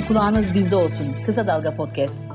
Kulağınız bizde olsun. Kısa Dalga Podcast.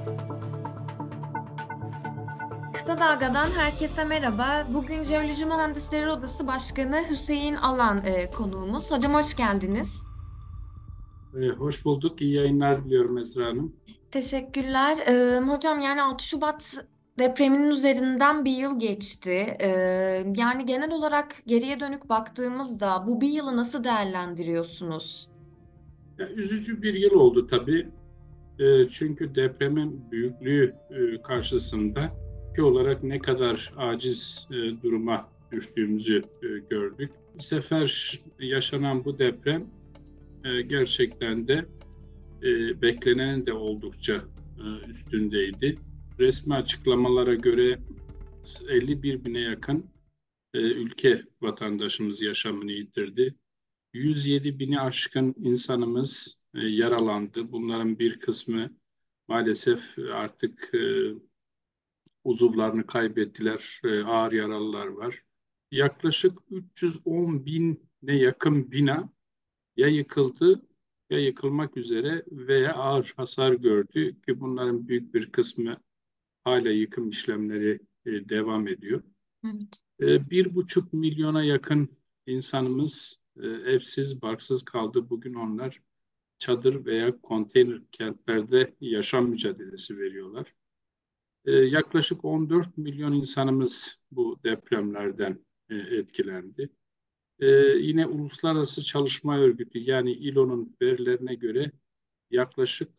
Kısa Dalga'dan herkese merhaba. Bugün Jeoloji Mühendisleri Odası Başkanı Hüseyin Alan konuğumuz. Hocam hoş geldiniz. Hoş bulduk. İyi yayınlar diliyorum Esra Hanım. Teşekkürler. Hocam yani 6 Şubat depreminin üzerinden bir yıl geçti. Yani genel olarak geriye dönük baktığımızda bu bir yılı nasıl değerlendiriyorsunuz? Üzücü bir yıl oldu tabii. Çünkü depremin büyüklüğü karşısında ülke olarak ne kadar aciz duruma düştüğümüzü gördük. Bu sefer yaşanan bu deprem gerçekten de beklenenin de oldukça üstündeydi. Resmi açıklamalara göre 51 bine yakın ülke vatandaşımız yaşamını yitirdi. 107 bini aşkın insanımız yaralandı. Bunların bir kısmı maalesef artık uzuvlarını kaybettiler. Ağır yaralılar var. Yaklaşık 310 bine yakın bina ya yıkıldı ya yıkılmak üzere veya ağır hasar gördü ki bunların büyük bir kısmı hala yıkım işlemleri devam ediyor. Evet. 1,5 milyona yakın insanımız evsiz, barksız kaldı. Bugün onlar çadır veya konteyner kentlerde yaşam mücadelesi veriyorlar. Yaklaşık 14 milyon insanımız bu depremlerden etkilendi. Ee, Yine Uluslararası Çalışma Örgütü yani ILO'nun verilerine göre yaklaşık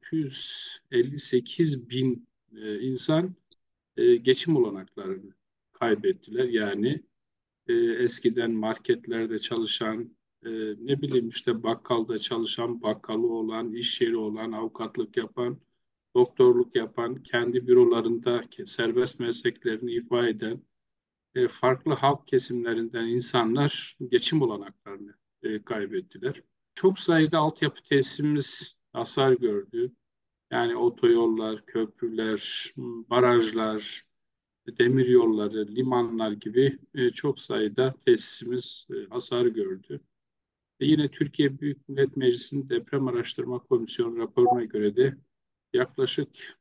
658 bin insan geçim olanaklarını kaybettiler. Yani eskiden marketlerde çalışan, ne bileyim işte bakkalda çalışan, bakkalı olan, iş yeri olan, avukatlık yapan, doktorluk yapan, kendi bürolarında serbest mesleklerini ifa eden, farklı halk kesimlerinden insanlar geçim olanaklarını kaybettiler. Çok sayıda altyapı tesisimiz hasar gördü. Yani otoyollar, köprüler, barajlar, demir yolları, limanlar gibi çok sayıda tesisimiz hasar gördü. Yine Türkiye Büyük Millet Meclisi'nin Deprem Araştırma Komisyonu raporuna göre de yaklaşık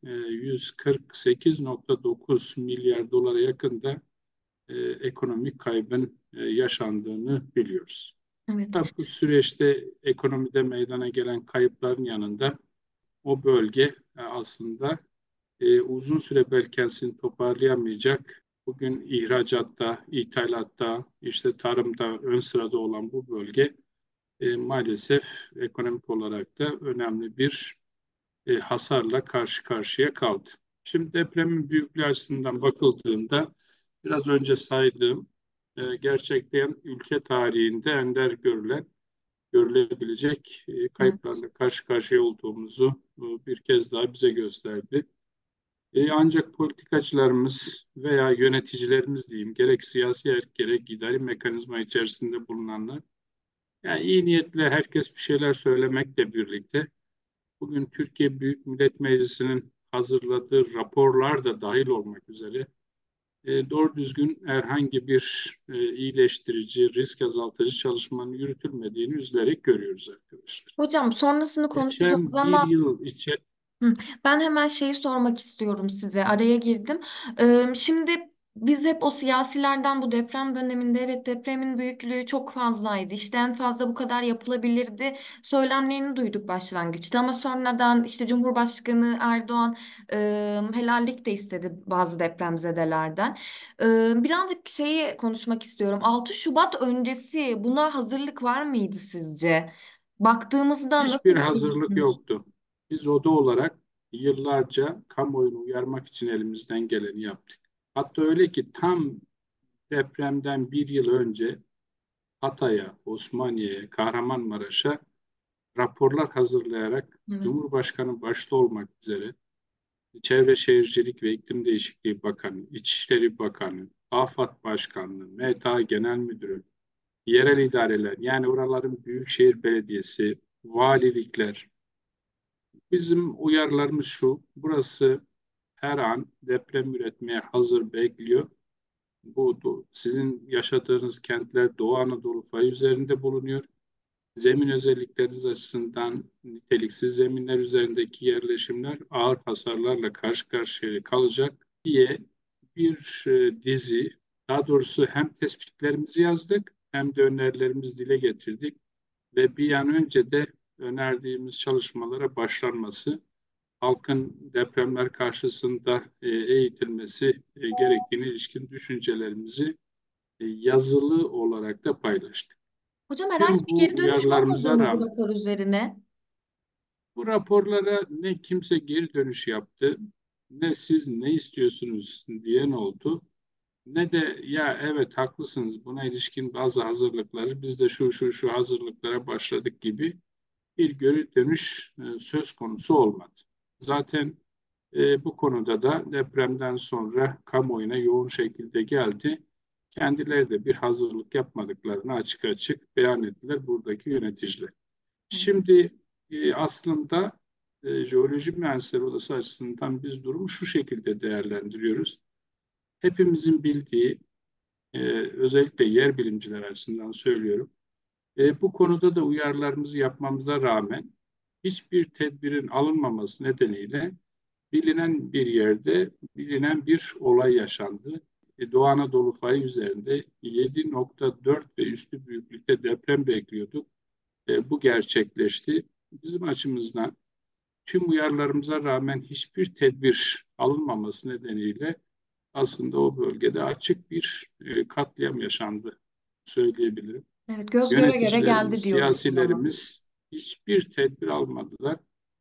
148,9 milyar dolara yakında ekonomik kaybın yaşandığını biliyoruz. Evet. Tabii bu süreçte ekonomide meydana gelen kayıpların yanında o bölge aslında uzun süre belki kendisini toparlayamayacak. Bugün ihracatta, ithalatta, işte tarımda ön sırada olan bu bölge maalesef ekonomik olarak da önemli bir hasarla karşı karşıya kaldı. Şimdi depremin büyüklüğü açısından bakıldığında biraz önce saydığım gerçekten ülke tarihinde ender görülebilecek Evet. kayıplarla karşı karşıya olduğumuzu bir kez daha bize gösterdi. Ancak politikacılarımız veya yöneticilerimiz diyeyim, gerek siyasi gerek idari mekanizma içerisinde bulunanlar, yani iyi niyetle herkes bir şeyler söylemekle birlikte, bugün Türkiye Büyük Millet Meclisi'nin hazırladığı raporlar da dahil olmak üzere doğru düzgün herhangi bir iyileştirici, risk azaltıcı çalışmanın yürütülmediğini üzülerek görüyoruz arkadaşlar. Hocam sonrasını konuşacağız Geçen bir ama yıl içe hı, ben hemen şeyi sormak istiyorum size. Araya girdim. Şimdi biz hep o siyasilerden bu deprem döneminde evet depremin büyüklüğü çok fazlaydı. İşte en fazla bu kadar yapılabilirdi. Söylemlerini duyduk başlangıçta ama sonradan işte Cumhurbaşkanı Erdoğan helallik de istedi bazı depremzedelerden. Birazcık şeyi konuşmak istiyorum. 6 Şubat öncesi buna hazırlık var mıydı sizce? Baktığımızda nasıl hiçbir hazırlık görüyorsunuz? yoktu. Biz oda olarak yıllarca kamuoyunu uyarmak için elimizden geleni yaptık. Hatta öyle ki tam depremden bir yıl önce Hatay'a, Osmaniye'ye, Kahramanmaraş'a raporlar hazırlayarak Evet. Cumhurbaşkanı başta olmak üzere Çevre Şehircilik ve İklim Değişikliği Bakanı, İçişleri Bakanı, AFAD Başkanlığı, MTA Genel Müdürü, yerel idareler yani oraların Büyükşehir Belediyesi, valilikler. Bizim uyarılarımız şu, burası her an deprem üretmeye hazır bekliyor. Sizin yaşadığınız kentler Doğu Anadolu fayı üzerinde bulunuyor. Zemin özellikleriniz açısından niteliksiz zeminler üzerindeki yerleşimler ağır hasarlarla karşı karşıya kalacak diye bir dizi, daha doğrusu hem tespitlerimizi yazdık hem de önerilerimizi dile getirdik ve bir an önce de önerdiğimiz çalışmalara başlanması, halkın depremler karşısında eğitilmesi gerektiğine ilişkin düşüncelerimizi yazılı olarak da paylaştık. Hocam herhangi Tüm bir bu geri dönüş olmadı uyarılarımıza mı bu rağmen rapor üzerine? bu raporlara ne kimse geri dönüş yaptı, ne siz ne istiyorsunuz diyen oldu, ne de ya evet haklısınız buna ilişkin bazı hazırlıkları biz de şu hazırlıklara başladık gibi bir geri dönüş söz konusu olmadı. Zaten bu konuda da depremden sonra kamuoyuna yoğun şekilde geldi. Kendileri de bir hazırlık yapmadıklarını açık açık beyan ettiler buradaki yöneticiler. Şimdi aslında Jeoloji Mühendisleri Odası açısından biz durumu şu şekilde değerlendiriyoruz. Hepimizin bildiği, özellikle yer bilimciler açısından söylüyorum. Bu konuda da uyarılarımızı yapmamıza rağmen hiçbir tedbirin alınmaması nedeniyle bilinen bir yerde bilinen bir olay yaşandı. Doğu Anadolu fayı üzerinde 7,4 ve üstü büyüklükte deprem bekliyorduk. Bu gerçekleşti. Bizim açımızdan tüm uyarılarımıza rağmen hiçbir tedbir alınmaması nedeniyle aslında o bölgede açık bir katliam yaşandı söyleyebilirim. Evet, göz göre göre Yöneticilerimiz, geldi diyoruz ama. siyasilerimiz hiçbir tedbir almadılar.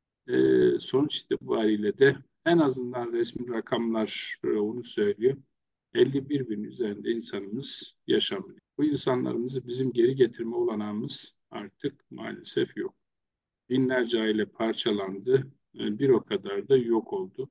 Sonuç itibariyle de en azından resmi rakamlar onu söylüyor. 51 bin üzerinde insanımız yaşamıyor. Bu insanlarımızı bizim geri getirme olanağımız artık maalesef yok. Binlerce aile parçalandı, bir o kadar da yok oldu.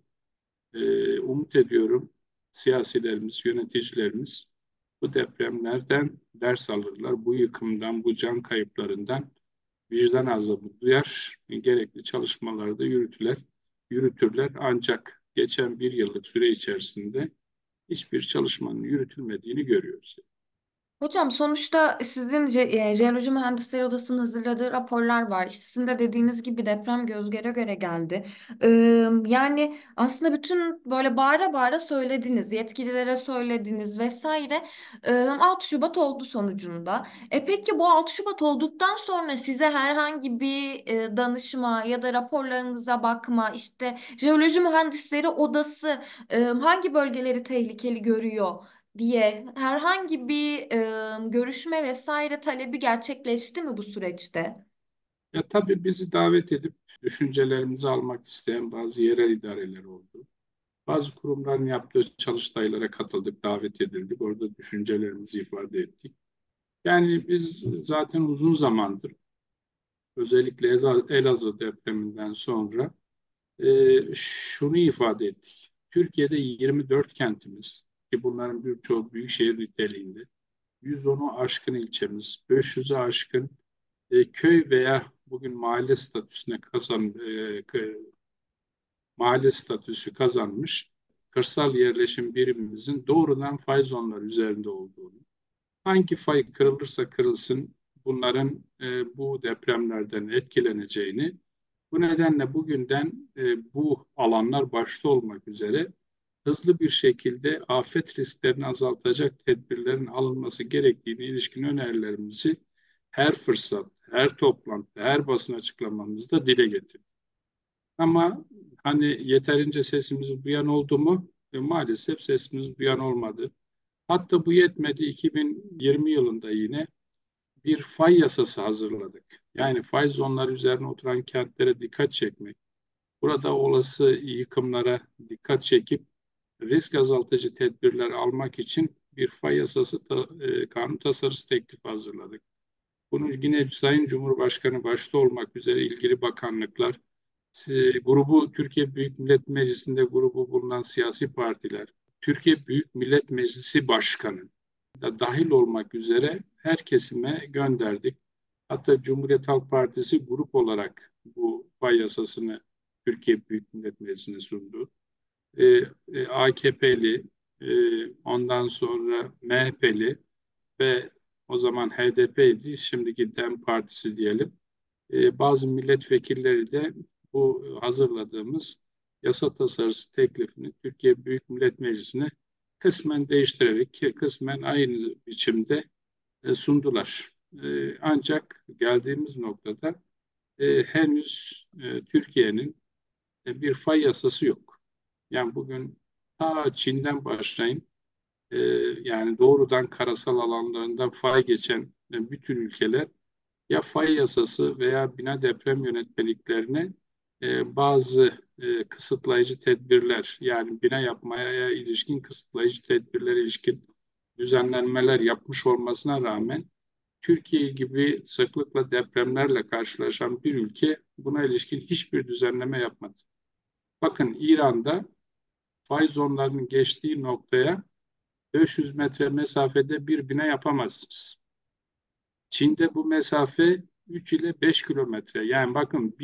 Umut ediyorum siyasilerimiz, yöneticilerimiz bu depremlerden ders alırlar. Bu yıkımdan, bu can kayıplarından vicdan azabı duyar, gerekli çalışmaları da yürütürler. Ancak geçen bir yıllık süre içerisinde hiçbir çalışmanın yürütülmediğini görüyoruz. Hocam sonuçta sizin Jeoloji Mühendisleri Odası'nın hazırladığı raporlar var. İşte sizin de dediğiniz gibi deprem göz göre göre geldi. Ee, Yani aslında bütün böyle bağıra bağıra söylediniz, yetkililere söylediniz vesaire. 6 Şubat oldu sonucunda. Peki bu 6 Şubat olduktan sonra size herhangi bir danışma ya da raporlarınıza bakma, işte Jeoloji Mühendisleri Odası hangi bölgeleri tehlikeli görüyor diye herhangi bir görüşme vesaire talebi gerçekleşti mi bu süreçte? Ya tabii bizi davet edip düşüncelerimizi almak isteyen bazı yerel idareler oldu. Bazı kurumların yaptığı çalıştaylara katıldık, davet edildik. Orada düşüncelerimizi ifade ettik. Yani biz zaten uzun zamandır özellikle Elazığ depreminden sonra şunu ifade ettik. Türkiye'de 24 kentimiz ki bunların birçoğu büyükşehir niteliğinde, 110'u aşkın ilçemiz, 500'ü aşkın köy veya bugün mahalle statüsü kazanmış kırsal yerleşim birimimizin doğrudan fay zonları üzerinde olduğunu, hangi fay kırılırsa kırılsın bunların bu depremlerden etkileneceğini, bu nedenle bugünden bu alanlar başta olmak üzere hızlı bir şekilde afet risklerini azaltacak tedbirlerin alınması gerektiğine ilişkin önerilerimizi her fırsat, her toplantı, her basın açıklamamızda dile getirdik. Ama hani yeterince sesimizi duyan oldu mu? Maalesef sesimiz duyan olmadı. Hatta bu yetmedi. 2020 yılında yine bir fay yasası hazırladık. Yani fay zonları üzerine oturan kentlere dikkat çekmek, burada olası yıkımlara dikkat çekip risk azaltıcı tedbirler almak için bir fay yasası kanun tasarısı teklifi hazırladık. Bunu yine Sayın Cumhurbaşkanı başta olmak üzere ilgili bakanlıklar, grubu Türkiye Büyük Millet Meclisi'nde grubu bulunan siyasi partiler, Türkiye Büyük Millet Meclisi Başkanı da dahil olmak üzere her kesime gönderdik. Hatta Cumhuriyet Halk Partisi grup olarak bu fay yasasını Türkiye Büyük Millet Meclisi'ne sundu. AKP'li, ondan sonra MHP'li ve o zaman HDP'ydi, şimdiki DEM Partisi diyelim. Bazı milletvekilleri de bu hazırladığımız yasa tasarısı teklifini Türkiye Büyük Millet Meclisi'ne kısmen değiştirerek kısmen aynı biçimde sundular. Ancak geldiğimiz noktada henüz Türkiye'nin bir fay yasası yok. Yani bugün ta Çin'den başlayın, e, yani doğrudan karasal alanlarında fay geçen bütün ülkeler ya fay yasası veya bina deprem yönetmeliklerine bazı kısıtlayıcı tedbirler, yani bina yapmaya ilişkin kısıtlayıcı tedbirlere ilişkin düzenlenmeler yapmış olmasına rağmen Türkiye gibi sıklıkla depremlerle karşılaşan bir ülke buna ilişkin hiçbir düzenleme yapmadı. Bakın, İran'da fay zonlarının geçtiği noktaya 500 metre mesafede bir bina yapamazsınız. Çin'de bu mesafe 3 ile 5 kilometre. Yani bakın,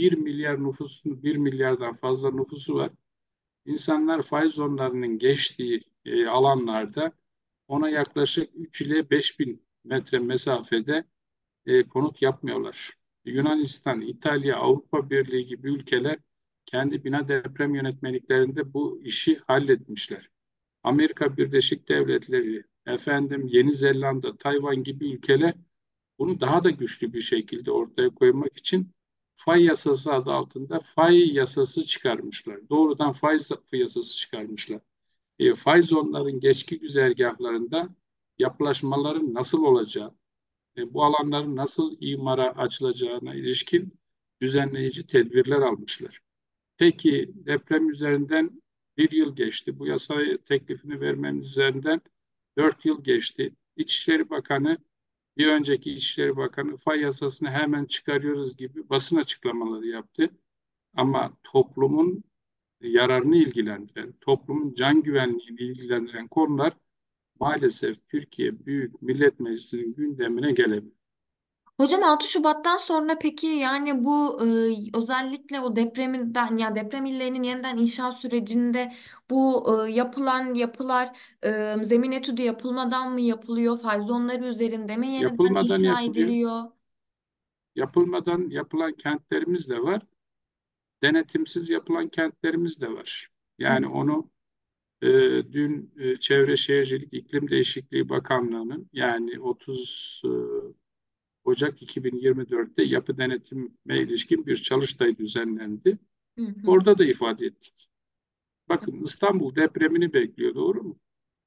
1 milyardan fazla nüfusu var. İnsanlar fay zonlarının geçtiği alanlarda ona yaklaşık 3 ile 5 bin metre mesafede konut yapmıyorlar. Yunanistan, İtalya, Avrupa Birliği gibi ülkeler kendi bina deprem yönetmeliklerinde bu işi halletmişler. Amerika Birleşik Devletleri, Yeni Zelanda, Tayvan gibi ülkeler bunu daha da güçlü bir şekilde ortaya koymak için fay yasası adı altında fay yasası çıkarmışlar. Doğrudan fay yasası çıkarmışlar. Fay zonların geçki güzergahlarında yapılaşmaların nasıl olacağı, bu alanların nasıl imara açılacağına ilişkin düzenleyici tedbirler almışlar. Peki, deprem üzerinden bir yıl geçti. Bu yasayı teklifini vermemiz üzerinden 4 yıl geçti. İçişleri Bakanı, bir önceki İçişleri Bakanı fay yasasını hemen çıkarıyoruz gibi basın açıklamaları yaptı. Ama toplumun yararını ilgilendiren, toplumun can güvenliğini ilgilendiren konular maalesef Türkiye Büyük Millet Meclisi'nin gündemine gelemiyor. Hocam 6 Şubat'tan sonra peki yani bu özellikle o depreminden ya deprem illerinin yeniden inşa sürecinde bu yapılan yapılar zemin etüdü yapılmadan mı yapılıyor? Fay zonları üzerinde mi yeniden Yapılmadan inşa yapılıyor. ediliyor? Yapılmadan yapılan kentlerimiz de var. Denetimsiz yapılan kentlerimiz de var. Hı Yani onu e, dün Çevre Şehircilik İklim Değişikliği Bakanlığı'nın, yani 30 Ocak 2024'te yapı denetime ilişkin bir çalıştay düzenlendi. hı. Hı. Orada da ifade ettik. Bakın, İstanbul depremini bekliyor, doğru mu?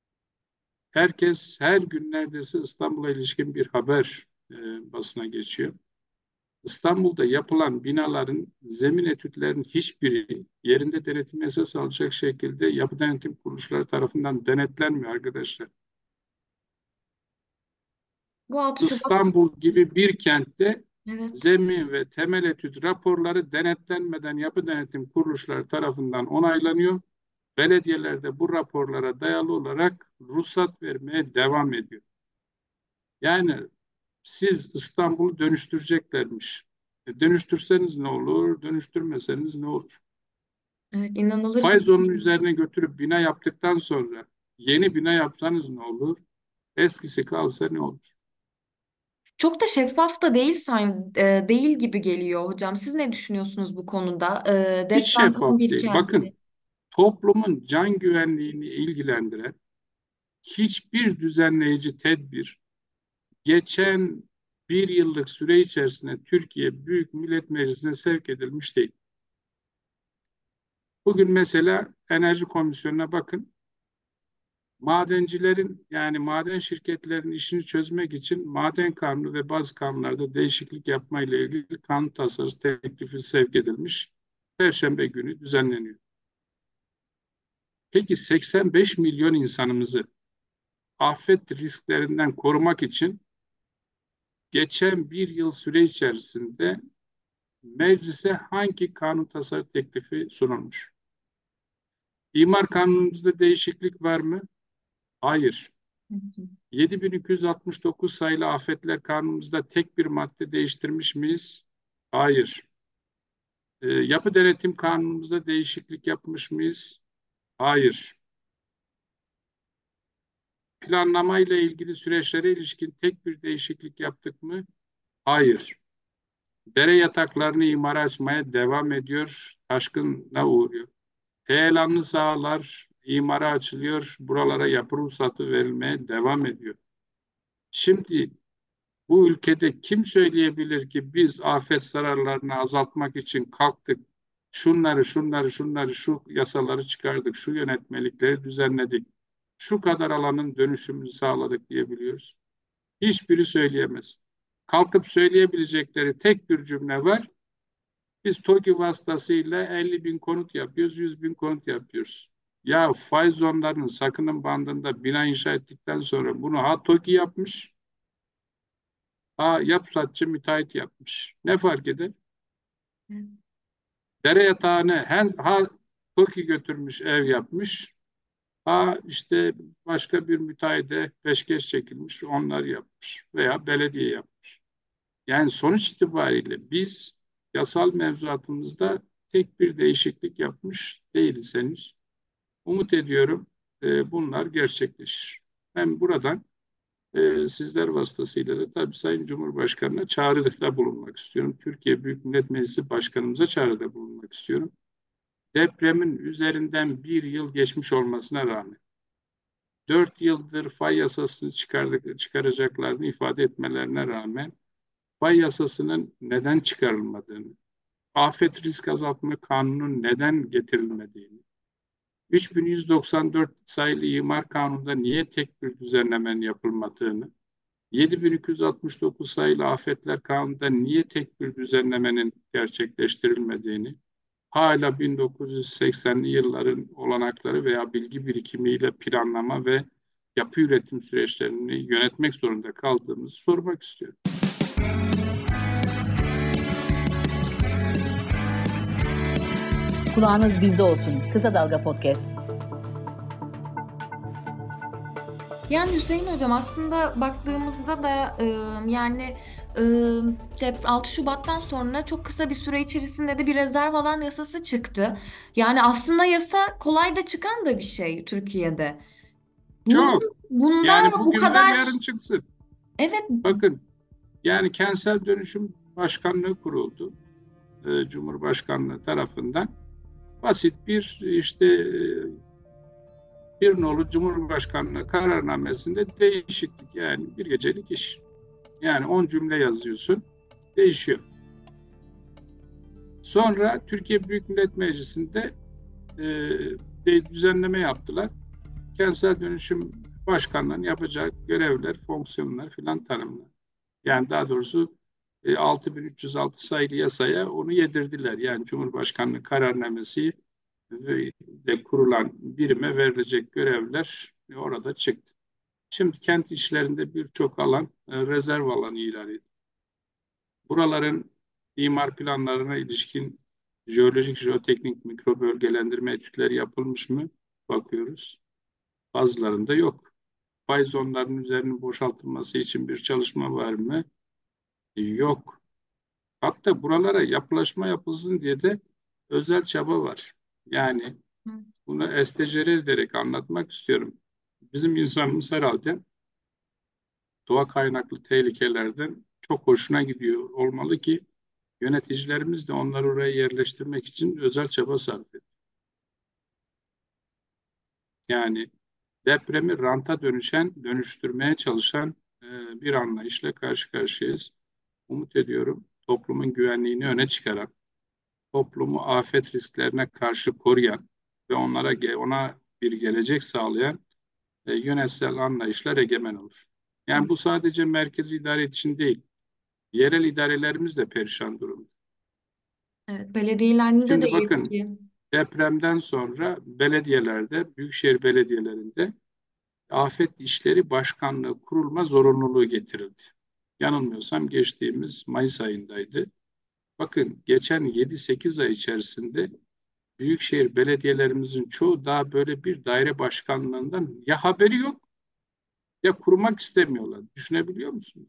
Herkes her gün neredeyse İstanbul'a ilişkin bir haber basına geçiyor. İstanbul'da yapılan binaların zemin etütlerinin hiçbiri yerinde denetim esas alacak şekilde yapı denetim kuruluşları tarafından denetlenmiyor arkadaşlar. Bu 6 Şubat. İstanbul gibi bir kentte Evet. zemin ve temel etüt raporları denetlenmeden yapı denetim kuruluşları tarafından onaylanıyor. Belediyeler de bu raporlara dayalı olarak ruhsat vermeye devam ediyor. Yani siz İstanbul'u dönüştüreceklermiş. Dönüştürseniz ne olur, dönüştürmeseniz ne olur? Evet, inanılır Fay gibi. zonunun üzerine götürüp bina yaptıktan sonra yeni bina yapsanız ne olur? Eskisi kalsa ne olur? Çok da şeffaf da değil değil gibi geliyor hocam. Siz ne düşünüyorsunuz bu konuda? Hiç Deprem şeffaf 11 değil. kenti. Bakın, toplumun can güvenliğini ilgilendiren hiçbir düzenleyici tedbir geçen bir yıllık süre içerisinde Türkiye Büyük Millet Meclisi'ne sevk edilmiş değil. Bugün mesela Enerji Komisyonu'na bakın. Madencilerin, yani maden şirketlerinin işini çözmek için maden kanunu ve bazı kanunlarda değişiklik yapma ile ilgili kanun tasarısı teklifi sevk edilmiş. Perşembe günü düzenleniyor. Peki 85 milyon insanımızı afet risklerinden korumak için geçen bir yıl süre içerisinde meclise hangi kanun tasarı teklifi sunulmuş? İmar kanunumuzda değişiklik var mı? Hayır. Hı hı. 7269 sayılı afetler kanunumuzda tek bir madde değiştirmiş miyiz? Hayır. Yapı denetim kanunumuzda değişiklik yapmış mıyız? Hayır. Planlama ile ilgili süreçlere ilişkin tek bir değişiklik yaptık mı? Hayır. Dere yataklarını imara açmaya devam ediyor, taşkına uğruyor. Heyelanlı sahalar imara açılıyor, buralara yapı ruhsatı verilmeye devam ediyor. Şimdi bu ülkede kim söyleyebilir ki biz afet zararlarını azaltmak için kalktık, şunları, şu yasaları çıkardık, şu yönetmelikleri düzenledik, şu kadar alanın dönüşümünü sağladık diyebiliyoruz. Hiçbiri söyleyemez. Kalkıp söyleyebilecekleri tek bir cümle var. Biz TOGİ vasıtasıyla 50 bin konut yapıyoruz, 100 bin konut yapıyoruz. Ya faiz zonlarının sakının bandında bina inşa ettikten sonra bunu ha TOGİ yapmış, ha yapsatçı müteahhit yapmış. Ne fark eder? Dere yatağını ha TOGİ götürmüş, ev yapmış, ha işte başka bir müteahhide peşkeş çekilmiş, onlar yapmış veya belediye yapmış. Yani sonuç itibariyle biz yasal mevzuatımızda tek bir değişiklik yapmış değiliz henüz. Umut ediyorum bunlar gerçekleşir. Ben buradan sizler vasıtasıyla da tabii Sayın Cumhurbaşkanı'na çağrıda bulunmak istiyorum. Türkiye Büyük Millet Meclisi Başkanımıza çağrıda bulunmak istiyorum. Depremin üzerinden bir yıl geçmiş olmasına rağmen 4 yıldır fay yasasını çıkaracaklarını ifade etmelerine rağmen fay yasasının neden çıkarılmadığını, afet risk azaltma kanunun neden getirilmediğini, 3194 sayılı İmar Kanunu'nda niye tek bir düzenlemenin yapılmadığını, 7269 sayılı Afetler Kanunu'nda niye tek bir düzenlemenin gerçekleştirilmediğini, hala 1980'li yılların olanakları veya bilgi birikimiyle planlama ve yapı üretim süreçlerini yönetmek zorunda kaldığımızı sormak istiyorum. Kulağınız bizde olsun. Kısa Dalga Podcast. Yani Hüseyin Hocam aslında baktığımızda da yani 6 Şubat'tan sonra çok kısa bir süre içerisinde de bir rezerv alan yasası çıktı. Yani aslında yasa kolay da çıkan da bir şey Türkiye'de. Bun, Çok. bunda Yani bu bugün ver kadar yarın çıksın. evet. Bakın yani kentsel dönüşüm başkanlığı kuruldu Cumhurbaşkanlığı tarafından. Basit bir işte bir nolu Cumhurbaşkanlığı kararnamesinde değişiklik yani bir gecelik iş. Yani 10 cümle yazıyorsun değişiyor. Sonra Türkiye Büyük Millet Meclisi'nde düzenleme yaptılar. Kentsel dönüşüm başkanlığının yapacağı görevler, fonksiyonlar filan tanımlar. Yani daha doğrusu 6306 sayılı yasaya onu yedirdiler. Yani Cumhurbaşkanlığı kararnamesi de kurulan birime verilecek görevler orada çıktı. Şimdi kent işlerinde birçok alan rezerv alanı ilan edildi. Buraların imar planlarına ilişkin jeolojik, jeoteknik, mikro bölgelendirme etütleri yapılmış mı? Bakıyoruz. Bazılarında yok. Fay zonlarının üzerinin boşaltılması için bir çalışma var mı? Yok. Hatta buralara yapılaşma yapılsın diye de özel çaba var. Yani bunu estecere ederek anlatmak istiyorum. Bizim insanımız herhalde doğa kaynaklı tehlikelerden çok hoşuna gidiyor olmalı ki yöneticilerimiz de onları oraya yerleştirmek için özel çaba sarf ediyor. Yani depremi ranta dönüştürmeye çalışan bir anlayışla karşı karşıyayız. Umut ediyorum toplumun güvenliğini öne çıkaran, toplumu afet risklerine karşı koruyan ve ona bir gelecek sağlayan yönetsel anlayışlar egemen olur. Yani bu sadece merkezi idare için değil, yerel idarelerimiz de perişan durumda. Evet, belediyelerinde de Şimdi bakın yetki. depremden sonra belediyelerde, büyükşehir belediyelerinde Afet İşleri Başkanlığı kurulma zorunluluğu getirildi. Yanılmıyorsam geçtiğimiz Mayıs ayındaydı. Bakın geçen 7-8 ay içerisinde büyükşehir belediyelerimizin çoğu daha böyle bir daire başkanlığından ya haberi yok ya kurmak istemiyorlar. Düşünebiliyor musunuz?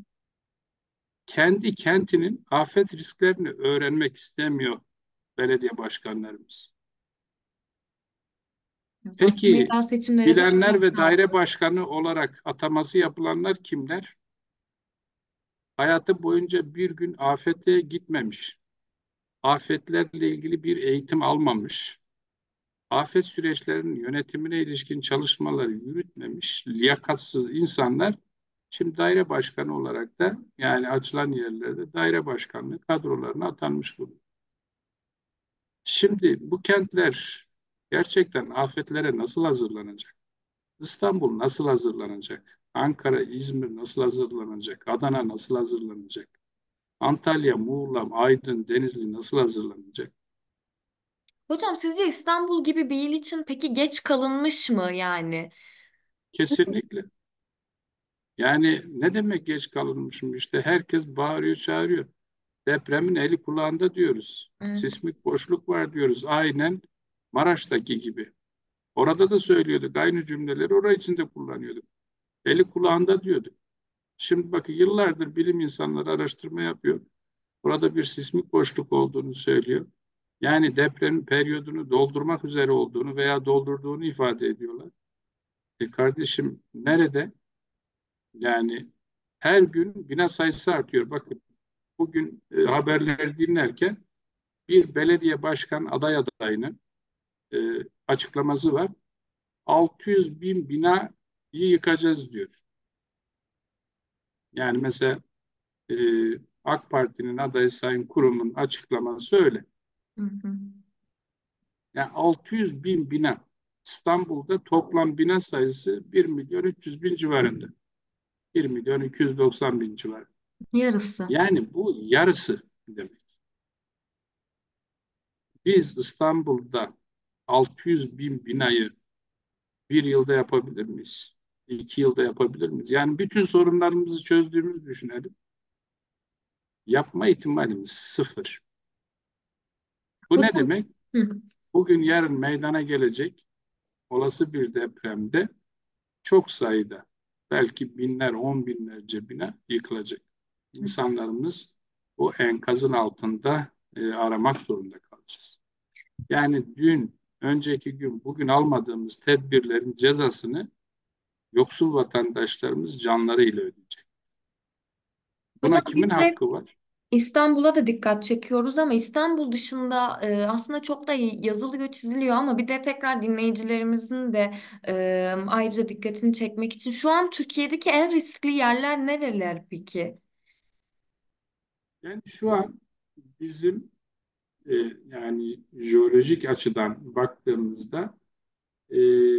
Kendi kentinin afet risklerini öğrenmek istemiyor belediye başkanlarımız. Aslında Peki yerel seçimlere de çok az bilenler ve daire kaldı. başkanı olarak ataması yapılanlar kimler? Hayatı boyunca bir gün afete gitmemiş, afetlerle ilgili bir eğitim almamış, afet süreçlerinin yönetimine ilişkin çalışmaları yürütmemiş, liyakatsız insanlar şimdi daire başkanı olarak da yani açılan yerlerde daire başkanlığı kadrolarına atanmış bulunuyor. Şimdi bu kentler gerçekten afetlere nasıl hazırlanacak? İstanbul nasıl hazırlanacak? Ankara, İzmir nasıl hazırlanacak? Adana nasıl hazırlanacak? Antalya, Muğla, Aydın, Denizli nasıl hazırlanacak? Hocam sizce İstanbul gibi bir il için peki geç kalınmış mı yani? Kesinlikle. Yani ne demek geç kalınmışım? İşte herkes bağırıyor, çağırıyor. Depremin eli kulağında diyoruz. Evet. Sismik boşluk var diyoruz. Aynen Maraş'taki gibi. Orada da söylüyorduk. Aynı cümleleri oraya için de kullanıyorduk. Eli kulağında diyorduk. Şimdi bakın yıllardır bilim insanları araştırma yapıyor. Burada bir sismik boşluk olduğunu söylüyor. Yani depremin periyodunu doldurmak üzere olduğunu veya doldurduğunu ifade ediyorlar. Kardeşim nerede? Yani her gün bina sayısı artıyor. Bakın bugün haberleri dinlerken bir belediye başkan aday adayının e, açıklaması var. 600 bin binayı yıkacağız diyor. Yani mesela e, AK Parti'nin adayı Sayın Kurum'un açıklaması öyle. Hı hı. Yani 600 bin bina. İstanbul'da toplam bina sayısı 1 milyon 300 bin civarında. 1 milyon 290 bin civarında. Yarısı. Yani bu yarısı demek. Biz İstanbul'da 600 bin binayı bir yılda yapabilir miyiz? 2 yılda yapabilir miyiz? Yani bütün sorunlarımızı çözdüğümüzü düşünelim. Yapma ihtimalimiz sıfır. Bu ne Hocam, demek? hı. Bugün yarın meydana gelecek olası bir depremde çok sayıda belki binler, on binlerce bina yıkılacak. İnsanlarımız o enkazın altında aramak zorunda kalacağız. Yani dün, önceki gün, bugün almadığımız tedbirlerin cezasını yoksul vatandaşlarımız canlarıyla ödeyecek. Hocam Buna kimin biz hep hakkı var? İstanbul'a da dikkat çekiyoruz ama İstanbul dışında aslında çok da yazılıyor, çiziliyor ama bir de tekrar dinleyicilerimizin de ayrıca dikkatini çekmek için şu an Türkiye'deki en riskli yerler nereler peki? Yani şu an bizim e, yani jeolojik açıdan baktığımızda e,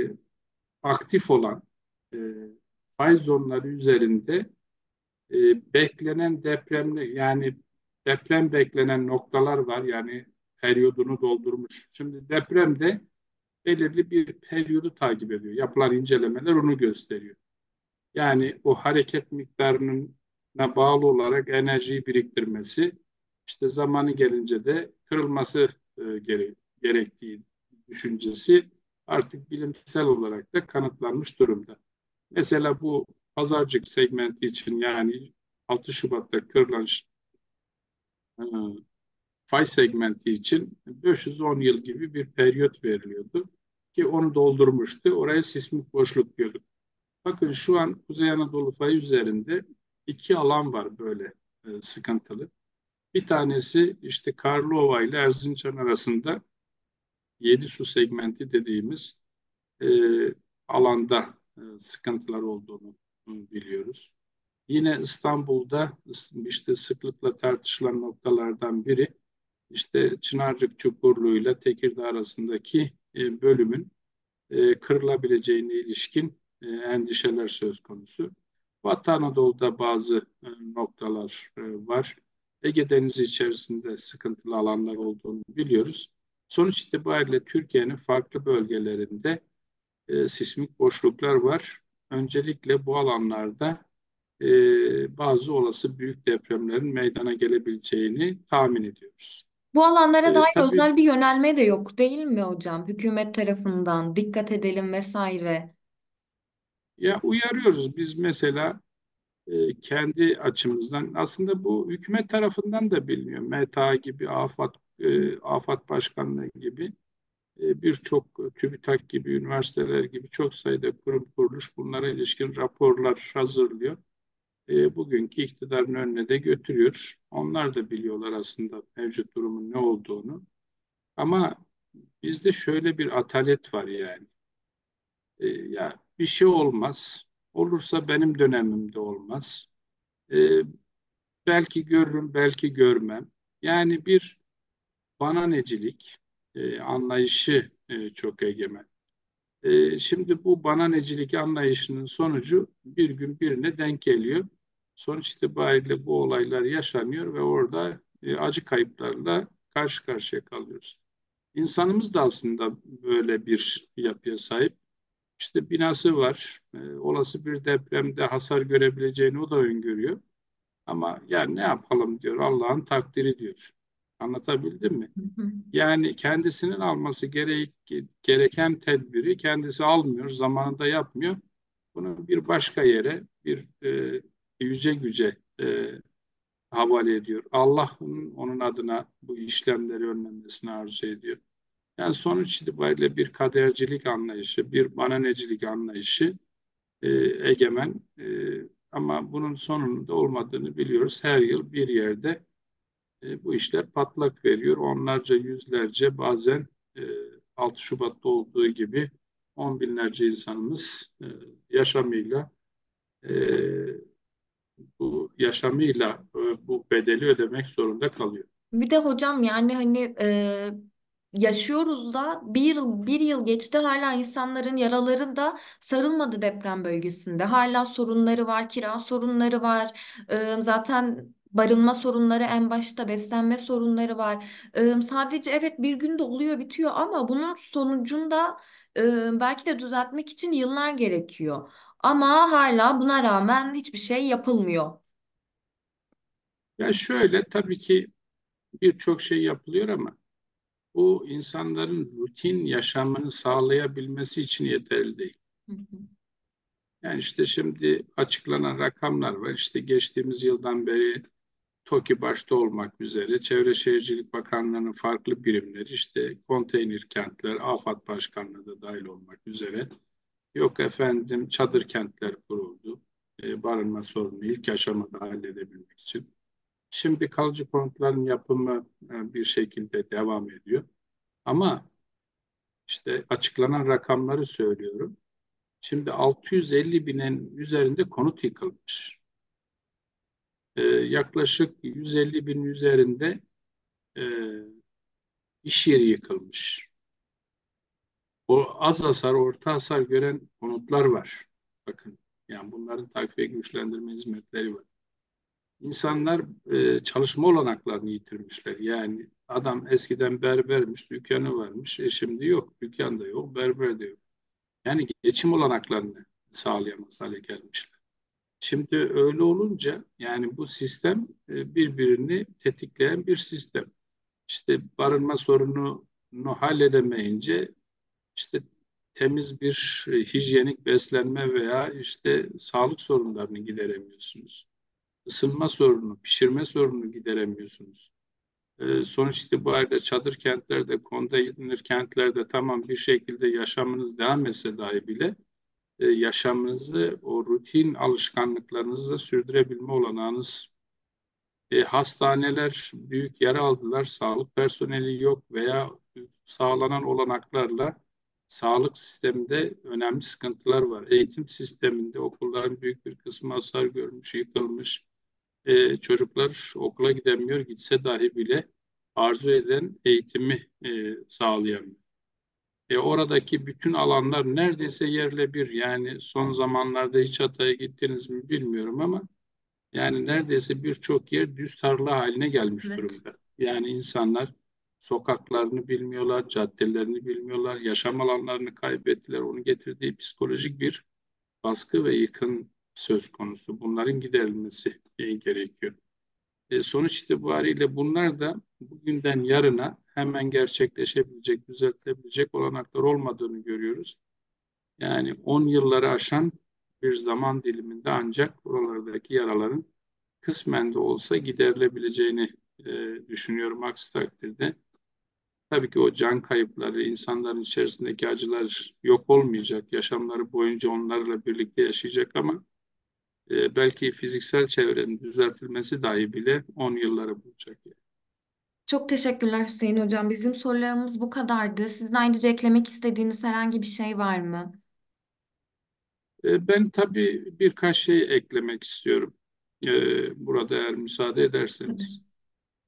aktif olan e, fay zonları üzerinde e, beklenen depremli yani deprem beklenen noktalar var. Yani periyodunu doldurmuş. Şimdi depremde belirli bir periyodu takip ediyor. Yapılan incelemeler onu gösteriyor. Yani o hareket miktarına bağlı olarak enerjiyi biriktirmesi, işte zamanı gelince de kırılması gerektiği düşüncesi artık bilimsel olarak da kanıtlanmış durumda. Mesela bu pazarcık segmenti için yani 6 Şubat'ta kırılan e, fay segmenti için 510 yıl gibi bir periyot veriliyordu ki onu doldurmuştu. Oraya sismik boşluk diyorduk. Bakın şu an Kuzey Anadolu fayı üzerinde iki alan var böyle sıkıntılı. Bir tanesi işte Karlova ile Erzincan arasında 7 su segmenti dediğimiz e, alanda sıkıntılar olduğunu biliyoruz. Yine İstanbul'da işte sıklıkla tartışılan noktalardan biri işte Çınarcık Çukurluğu ile Tekirdağ arasındaki bölümün kırılabileceğine ilişkin endişeler söz konusu. Batı Anadolu'da bazı noktalar var. Ege Denizi içerisinde sıkıntılı alanlar olduğunu biliyoruz. Sonuç itibariyle Türkiye'nin farklı bölgelerinde sismik boşluklar var. Öncelikle bu alanlarda bazı olası büyük depremlerin meydana gelebileceğini tahmin ediyoruz. Bu alanlara dair Tabii özel bir yönelme de yok değil mi hocam? Hükümet tarafından dikkat edelim vesaire. ya uyarıyoruz biz mesela kendi açımızdan aslında bu hükümet tarafından da biliniyor. MTA gibi, AFAD, AFAD Başkanlığı gibi Birçok TÜBİTAK gibi, üniversiteler gibi çok sayıda kurum kuruluş bunlara ilişkin raporlar hazırlıyor. Bugünkü iktidarın önüne de götürüyor. Onlar da biliyorlar aslında mevcut durumun ne olduğunu. Ama bizde şöyle bir atalet var yani. Ya bir şey olmaz. Olursa benim dönemimde olmaz. E, Belki görürüm, belki görmem. Yani bir bana necilik anlayışı çok egemen. Şimdi bu bana necilik anlayışının sonucu bir gün birine denk geliyor. Sonuç itibariyle bu olaylar yaşanıyor ve orada acı kayıplarla karşı karşıya kalıyoruz. İnsanımız da aslında böyle bir yapıya sahip. İşte binası var. Olası bir depremde hasar görebileceğini o da öngörüyor. Ama yani ne yapalım diyor. Allah'ın takdiri diyor. Anlatabildim mi? Hı hı. Yani kendisinin alması gereken tedbiri kendisi almıyor, zamanında yapmıyor. Bunu bir başka yere, bir yüce güce havale ediyor. Allah onun adına bu işlemleri önlenmesini arzu ediyor. Yani sonuç itibariyle bir kadercilik anlayışı, bir mananecilik anlayışı egemen. Ama bunun sonunun da olmadığını biliyoruz. Her yıl bir yerde bu işler patlak veriyor. Onlarca, yüzlerce, bazen e, 6 Şubat'ta olduğu gibi on binlerce insanımız yaşamıyla e, bu bedeli ödemek zorunda kalıyor. Bir de hocam yani hani yaşıyoruz da bir yıl geçti, hala insanların yaraları da sarılmadı deprem bölgesinde. Hala sorunları var, kira sorunları var. Zaten barınma sorunları en başta, beslenme sorunları var. Sadece evet bir günde oluyor bitiyor ama bunun sonucunda belki de düzeltmek için yıllar gerekiyor. Ama hala buna rağmen hiçbir şey yapılmıyor. Ya şöyle tabii ki birçok şey yapılıyor ama bu insanların rutin yaşamını sağlayabilmesi için yeterli değil. Hı hı. Yani işte şimdi açıklanan rakamlar var. İşte geçtiğimiz yıldan beri TOKİ başta olmak üzere Çevre Şehircilik Bakanlığı'nın farklı birimleri, işte konteyner kentler, AFAD Başkanlığı da dahil olmak üzere, yok efendim çadır kentler kuruldu. Barınma sorunu ilk aşamada halledebilmek için. Şimdi kalıcı konutların yapımı bir şekilde devam ediyor. Ama işte açıklanan rakamları söylüyorum. Şimdi 650 binin üzerinde konut yıkılmış. Yaklaşık 150 bin üzerinde e, iş yeri yıkılmış. O az hasar, orta hasar gören konutlar var. Bakın, yani bunların takip ve güçlendirme hizmetleri var. İnsanlar çalışma olanaklarını yitirmişler. Yani adam eskiden berbermiş, dükkanı varmış. Şimdi yok, dükkan da yok, berber de yok. Yani geçim olanaklarını sağlayamaz hale gelmişler. Şimdi öyle olunca yani bu sistem birbirini tetikleyen bir sistem. İşte barınma sorununu halledemeyince işte temiz bir hijyenik beslenme veya işte sağlık sorunlarını gideremiyorsunuz. Isınma sorunu, pişirme sorununu gideremiyorsunuz. Sonuç itibariyle çadır kentlerde, konteyner kentlerde tamam bir şekilde yaşamınız devam etse dahi bile yaşamınızı o rutin alışkanlıklarınızla sürdürebilme olanağınız. Hastaneler büyük yara aldılar, sağlık personeli yok veya sağlanan olanaklarla sağlık sisteminde önemli sıkıntılar var. Eğitim sisteminde okulların büyük bir kısmı hasar görmüş, yıkılmış. Çocuklar okula gidemiyor, gitse dahi bile arzu eden eğitimi sağlayamıyor. Oradaki bütün alanlar neredeyse yerle bir. Yani son zamanlarda hiç Hatay'a gittiniz mi bilmiyorum ama yani neredeyse birçok yer düz tarla haline gelmiş Evet. durumda. Yani insanlar sokaklarını bilmiyorlar, caddelerini bilmiyorlar, yaşam alanlarını kaybettiler. Onun getirdiği psikolojik bir baskı ve yıkım söz konusu. Bunların giderilmesi gerekiyor. Sonuç itibariyle bunlar da bugünden yarına hemen gerçekleşebilecek, düzeltilebilecek olanaklar olmadığını görüyoruz. Yani 10 yılları aşan bir zaman diliminde ancak buralardaki yaraların kısmen de olsa giderilebileceğini düşünüyorum. Aksi takdirde Tabii ki o can kayıpları, insanların içerisindeki acılar yok olmayacak. Yaşamları boyunca onlarla birlikte yaşayacak ama belki fiziksel çevrenin düzeltilmesi dahi bile 10 yılları bulacak. Çok teşekkürler Hüseyin Hocam. Bizim sorularımız bu kadardı. Sizin ayrıca eklemek istediğiniz herhangi bir şey var mı? Ben tabii birkaç şey eklemek istiyorum. Burada eğer müsaade ederseniz. Tabii.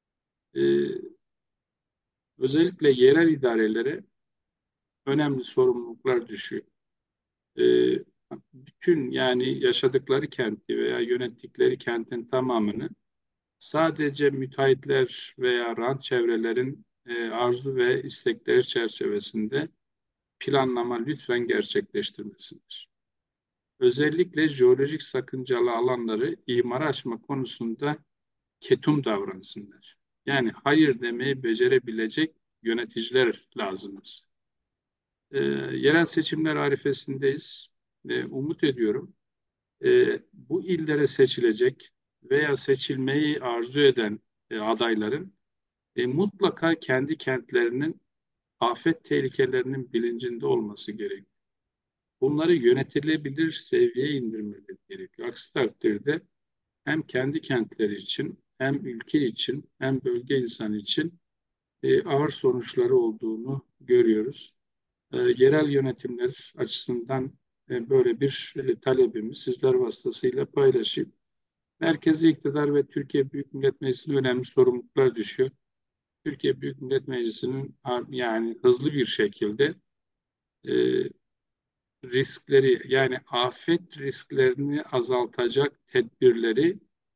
E, Özellikle yerel idarelere önemli sorumluluklar düşüyor. E, Bütün yani yaşadıkları kenti veya yönettikleri kentin tamamını sadece müteahhitler veya rant çevrelerin arzu ve istekleri çerçevesinde planlama lütfen gerçekleştirmesidir. Özellikle jeolojik sakıncalı alanları imara açma konusunda ketum davransınlar. Yani hayır demeyi becerebilecek yöneticiler lazımız. Yerel seçimler arifesindeyiz. Umut ediyorum. Bu illere seçilecek veya seçilmeyi arzu eden adayların mutlaka kendi kentlerinin afet tehlikelerinin bilincinde olması gerekiyor. Bunları yönetilebilir seviyeye indirmeleri gerekiyor. Aksi takdirde hem kendi kentleri için, hem ülke için, hem bölge insanı için ağır sonuçları olduğunu görüyoruz. Yerel yönetimler açısından böyle bir talebimi sizler vasıtasıyla paylaşayım. Merkezi iktidar ve Türkiye Büyük Millet Meclisi'ne önemli sorumluluklar düşüyor. Türkiye Büyük Millet Meclisi'nin yani hızlı bir şekilde e, riskleri yani afet risklerini azaltacak tedbirleri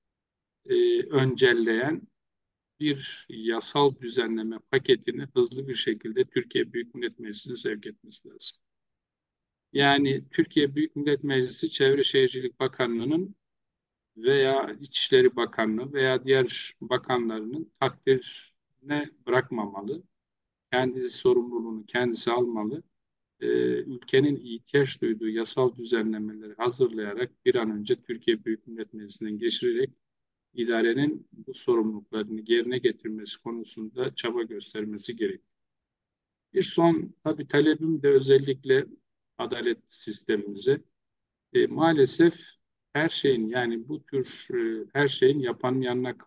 öncelleyen bir yasal düzenleme paketini hızlı bir şekilde Türkiye Büyük Millet Meclisi'ne sevk etmesi lazım. Yani Türkiye Büyük Millet Meclisi Çevre Şehircilik Bakanlığı'nın veya İçişleri Bakanlığı veya diğer bakanlarının takdirine bırakmamalı. Kendisi sorumluluğunu kendisi almalı. Ülkenin ihtiyaç duyduğu yasal düzenlemeleri hazırlayarak bir an önce Türkiye Büyük Millet Meclisi'nden geçirerek idarenin bu sorumluluklarını yerine getirmesi konusunda çaba göstermesi gerekiyor. Bir son tabii talebim de özellikle adalet sistemimize. Maalesef her şeyin yani bu tür her şeyin yapanın yanına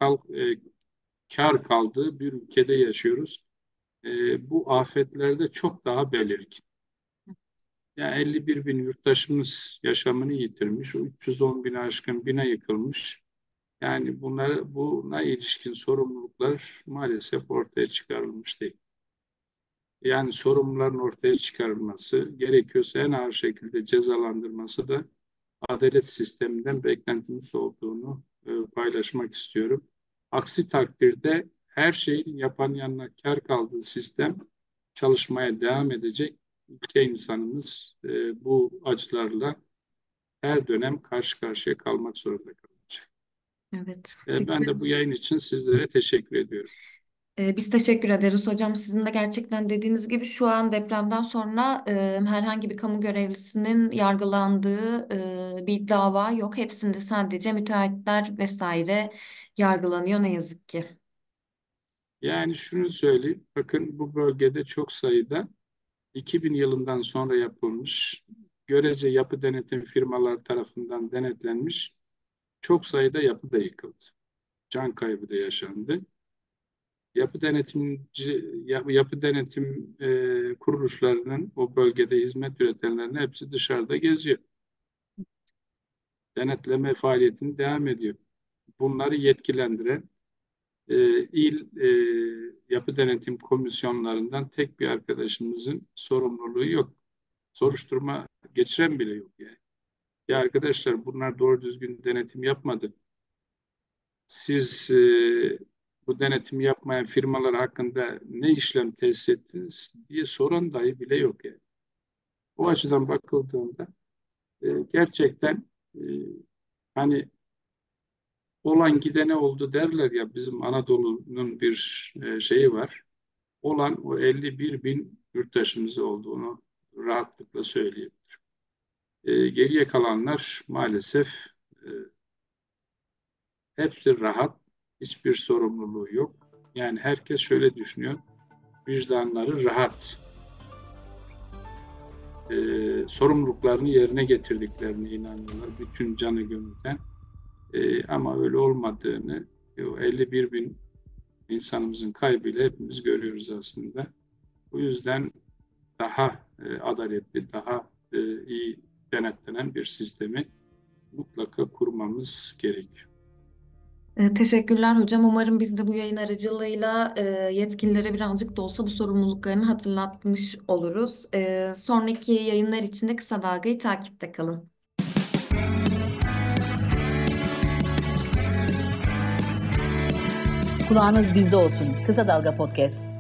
kar kaldığı bir ülkede yaşıyoruz. Bu afetlerde çok daha belirgin. Yani 51 bin yurttaşımız yaşamını yitirmiş, 310 bin aşkın bina yıkılmış. Yani buna ilişkin sorumluluklar maalesef ortaya çıkarılmış değil. Yani sorumluların ortaya çıkarılması, gerekiyorsa en ağır şekilde cezalandırması da adalet sisteminden beklentimiz olduğunu paylaşmak istiyorum. Aksi takdirde her şeyin yapan yanına kar kaldığı sistem çalışmaya devam edecek. Ülke insanımız bu acılarla her dönem karşı karşıya kalmak zorunda kalacak. Evet. Ben de bu yayın için sizlere teşekkür ediyorum. Biz teşekkür ederiz hocam. Sizin de gerçekten dediğiniz gibi şu an depremden sonra herhangi bir kamu görevlisinin yargılandığı bir dava yok. Hepsinde sadece müteahhitler vesaire yargılanıyor ne yazık ki. Yani şunu söyleyeyim, bakın bu bölgede çok sayıda 2000 yılından sonra yapılmış, görece yapı denetim firmalar tarafından denetlenmiş çok sayıda yapı da yıkıldı. Can kaybı da yaşandı. Yapı denetim kuruluşlarının o bölgede hizmet üretenlerin hepsi dışarıda geziyor. Denetleme faaliyetini devam ediyor. Bunları yetkilendiren il yapı denetim komisyonlarından tek bir arkadaşımızın sorumluluğu yok. Soruşturma geçiren bile yok yani. Ya arkadaşlar bunlar doğru düzgün denetim yapmadı. Siz bu denetimi yapmayan firmalar hakkında ne işlem tesis ettiniz diye soran dahi bile yok yani. O açıdan bakıldığında gerçekten e, hani olan gidene oldu derler ya bizim Anadolu'nun bir şeyi var. Olan o 51 bin yurttaşımız olduğunu rahatlıkla söyleyebilirim. Geriye kalanlar maalesef e, hepsi rahat, hiçbir sorumluluğu yok. Yani herkes şöyle düşünüyor. vicdanları rahat, sorumluluklarını yerine getirdiklerine inanıyorlar bütün canı gönülden. Ama öyle olmadığını o 51 bin insanımızın kaybıyla hepimiz görüyoruz aslında. Bu yüzden daha adaletli, daha iyi denetlenen bir sistemi mutlaka kurmamız gerekiyor. Teşekkürler hocam. Umarım biz de bu yayın aracılığıyla yetkililere birazcık da olsa bu sorumluluklarını hatırlatmış oluruz. Sonraki yayınlar için de Kısa Dalga'yı takipte kalın. Kulağınız bizde olsun. Kısa Dalga Podcast.